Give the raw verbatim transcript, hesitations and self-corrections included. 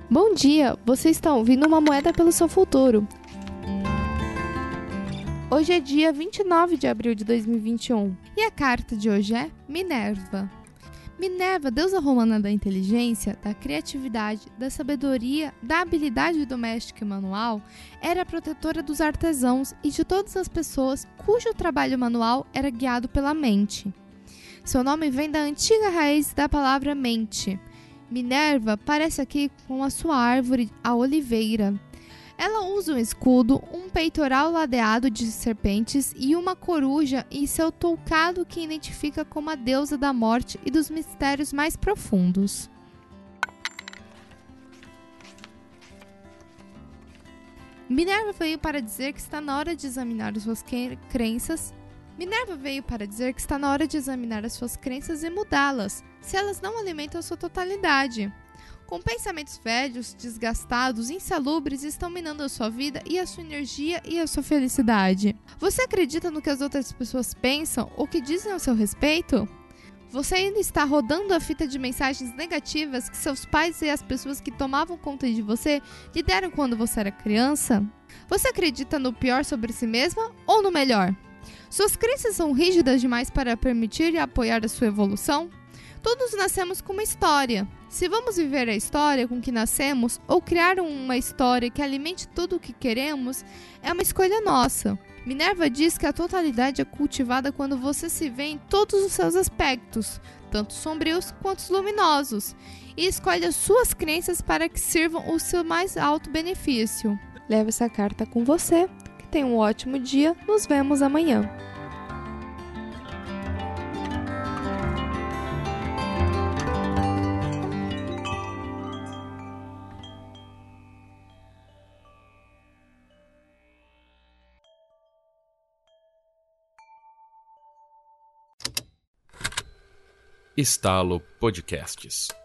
Bom dia, você está ouvindo Uma Moeda pelo Seu Futuro. Hoje é dia vinte e nove de abril de dois mil e vinte e um e a carta de hoje é Minerva. Minerva, deusa romana da inteligência, da criatividade, da sabedoria, da habilidade doméstica e manual, era a protetora dos artesãos e de todas as pessoas cujo trabalho manual era guiado pela mente. Seu nome vem da antiga raiz da palavra mente. Minerva parece aqui com a sua árvore, a oliveira. Ela usa um escudo, um peitoral ladeado de serpentes e uma coruja em seu toucado que identifica como a deusa da morte e dos mistérios mais profundos. Minerva veio para dizer que está na hora de examinar as suas crenças. Minerva veio para dizer que está na hora de examinar as suas crenças e mudá-las, se elas não alimentam a sua totalidade. Com pensamentos velhos, desgastados, insalubres, estão minando a sua vida e a sua energia e a sua felicidade. Você acredita no que as outras pessoas pensam ou que dizem ao seu respeito? Você ainda está rodando a fita de mensagens negativas que seus pais e as pessoas que tomavam conta de você lhe deram quando você era criança? Você acredita no pior sobre si mesma ou no melhor? Suas crenças são rígidas demais para permitir e apoiar a sua evolução? Todos nascemos com uma história. Se vamos viver a história com que nascemos ou criar uma história que alimente tudo o que queremos, é uma escolha nossa. Minerva diz que a totalidade é cultivada quando você se vê em todos os seus aspectos, tanto sombrios quanto luminosos, e escolhe as suas crenças para que sirvam o seu mais alto benefício. Leve essa carta com você. Que tenha um ótimo dia. Nos vemos amanhã. Estalo Podcasts.